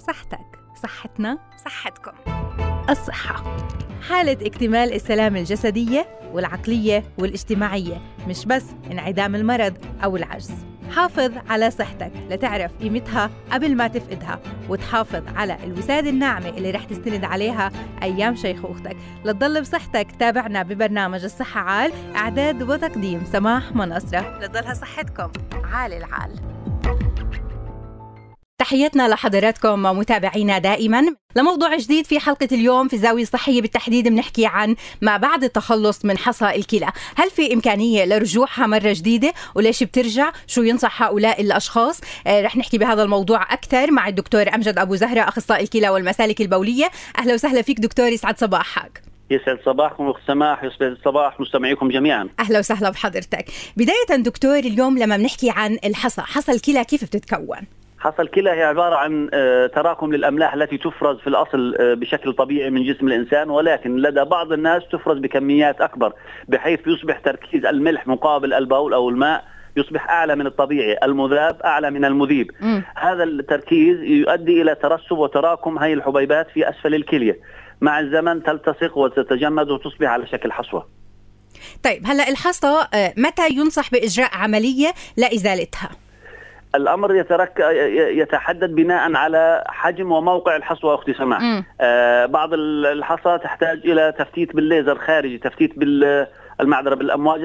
صحتك، صحتنا، صحتكم. الصحة حالة اكتمال السلامة الجسدية والعقلية والاجتماعية، مش بس انعدام المرض أو العجز. حافظ على صحتك لتعرف قيمتها قبل ما تفقدها، وتحافظ على الوسادة الناعمة اللي رح تستند عليها أيام شيخوختك. لتضل بصحتك تابعنا ببرنامج الصحة عال، إعداد وتقديم سماح منصرة. لتضلها صحتكم عال العال. تحياتنا لحضراتكم متابعينا دائما لموضوع جديد في حلقة اليوم في الزاوية الصحية. بالتحديد بنحكي عن ما بعد التخلص من حصى الكلى. هل في إمكانية لرجوعها مرة جديدة؟ وليش بترجع؟ شو ينصح هؤلاء الأشخاص؟ رح نحكي بهذا الموضوع أكثر مع الدكتور أمجد أبو زهرة، أخصائي الكلى والمسالك البولية. أهلا وسهلا فيك دكتور، يسعد صباحك. يسعد صباحكم أخت سماح، يسعد صباح مستمعيكم جميعا. أهلا وسهلا بحضرتك. بداية دكتور، اليوم لما بنحكي عن حصى الكلى كيف بتتكون؟ حصى الكلى هي عبارة عن تراكم للأملاح التي تفرز في الأصل بشكل طبيعي من جسم الإنسان، ولكن لدى بعض الناس تفرز بكميات أكبر، بحيث يصبح تركيز الملح مقابل البول أو الماء يصبح أعلى من الطبيعي، المذاب أعلى من المذيب. هذا التركيز يؤدي إلى ترسب وتراكم هذه الحبيبات في أسفل الكلية، مع الزمن تلتصق وتتجمد وتصبح على شكل حصوة. طيب هلأ الحصى متى ينصح بإجراء عملية لإزالتها؟ الأمر يتحدد بناء على حجم وموقع الحصوة أختي سماح. بعض الحصى تحتاج إلى تفتيت بالليزر خارجي، تفتيت بالمعذرة بالأمواج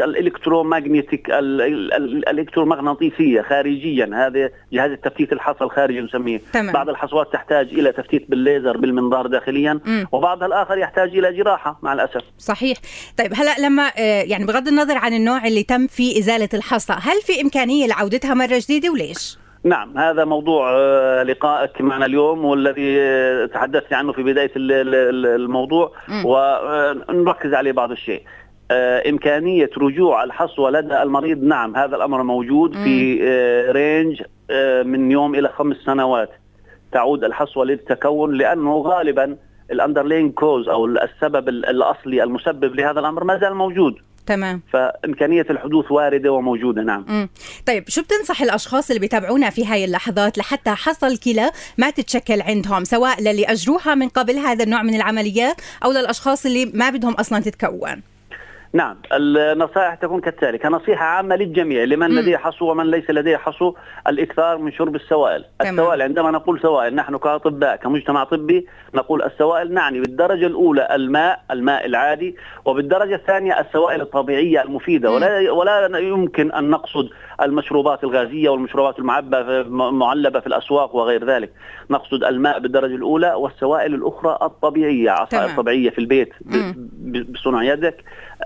الإلكترومغناطيسية خارجيا، هذا جهاز التفتيت الحصى الخارجي نسميه. بعض الحصوات تحتاج إلى تفتيت بالليزر بالمنظار داخليا، وبعضها الآخر يحتاج إلى جراحة مع الأسف. صحيح. طيب هلأ لما يعني بغض النظر عن النوع اللي تم فيه إزالة الحصى، هل في إمكانية لعودتها مرة جديدة وليش؟ نعم، هذا موضوع لقائك معنا اليوم والذي تحدثت عنه في بداية الموضوع، ونركز عليه بعض الشيء. إمكانية رجوع الحصوة لدى المريض، نعم هذا الأمر موجود في رينج من يوم إلى 5 سنوات تعود الحصوة للتكون، لأنه غالبا الأندرلين كوز أو السبب الأصلي المسبب لهذا الأمر ما زال موجود. تمام. فإمكانية الحدوث واردة وموجودة. نعم. طيب شو بتنصح الأشخاص اللي بيتابعونا في هاي اللحظات لحتى حصى الكلى ما تتشكل عندهم، سواء للي أجروها من قبل هذا النوع من العمليات أو للأشخاص اللي ما بدهم أصلا تتكون؟ نعم، النصائح تكون كالتالي، كنصيحة عامة للجميع، لمن لديه حصو ومن ليس لديه حصو: الإكثار من شرب السوائل. السوائل، عندما نقول سوائل نحن كأطباء كمجتمع طبي نقول السوائل نعني بالدرجة الأولى الماء العادي، وبالدرجة الثانية السوائل الطبيعية المفيدة. ولا يمكن أن نقصد المشروبات الغازية والمشروبات المعلبة في الأسواق وغير ذلك. نقصد الماء بالدرجة الأولى، والسوائل الأخرى الطبيعية، عصائر طبيعية في البيت بصنع يدك،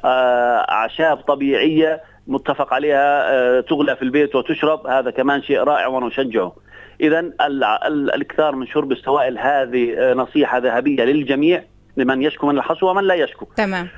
أعشاب طبيعية متفق عليها تغلى في البيت وتشرب، هذا كمان شيء رائع ونشجعه. إذن الإكثار من شرب السوائل هذه نصيحة ذهبية للجميع، لمن يشكو من الحصوة ومن لا يشكو. تمام.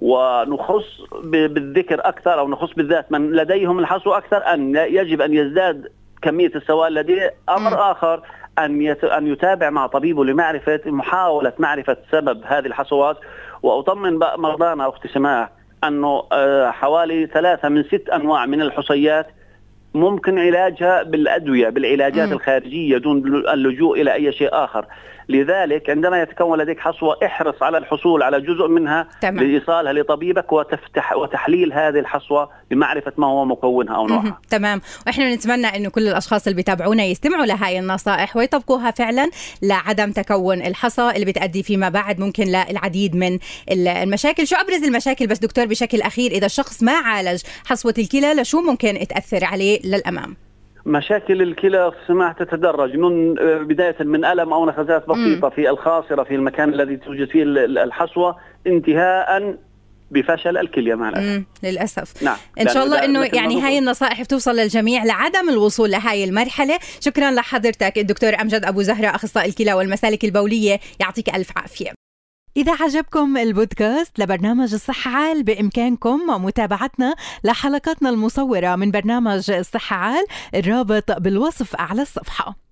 ونخص بالذكر أكثر، أو نخص بالذات من لديهم الحصوة أكثر، أن يجب أن يزداد كمية السوائل لديه. أمر آخر أن يتابع مع طبيبه محاولة معرفة سبب هذه الحصوات. وأطمن مرضانا أختي سماح أنه حوالي 3 من 6 أنواع من الحصيات ممكن علاجها بالأدوية، بالعلاجات الخارجية، دون اللجوء إلى أي شيء آخر. لذلك عندما يتكون لديك حصوة احرص على الحصول على جزء منها لإيصالها لطبيبك وتحليل هذه الحصوة لمعرفة ما هو مكونها أو نوعها. تمام. وإحنا نتمنى أنه كل الأشخاص اللي بيتابعونا يستمعوا لهاي النصائح ويطبقوها فعلا لعدم تكون الحصى اللي بتؤدي فيما بعد ممكن للعديد من المشاكل. شو أبرز المشاكل بس دكتور بشكل أخير إذا الشخص ما عالج حصوة الكلى، لشو ممكن تأثر عليه للأمام؟ مشاكل الكلى سماح تتدرج من بداية من ألم أو نخزات بسيطة في الخاصرة في المكان الذي توجد فيه الحصوة، انتهاء بفشل الكلية مع الأسف. للأسف. نعم. إن شاء الله إنه يعني هاي النصائح بتوصل للجميع لعدم الوصول لهاي المرحلة. شكرا لحضرتك الدكتور أمجد أبو زهرة، أخصائي الكلى والمسالك البولية، يعطيك ألف عافية. إذا عجبكم البودكاست لبرنامج الصحة عال، بإمكانكم متابعتنا لحلقاتنا المصورة من برنامج الصحة عال، الرابط بالوصف أعلى الصفحة.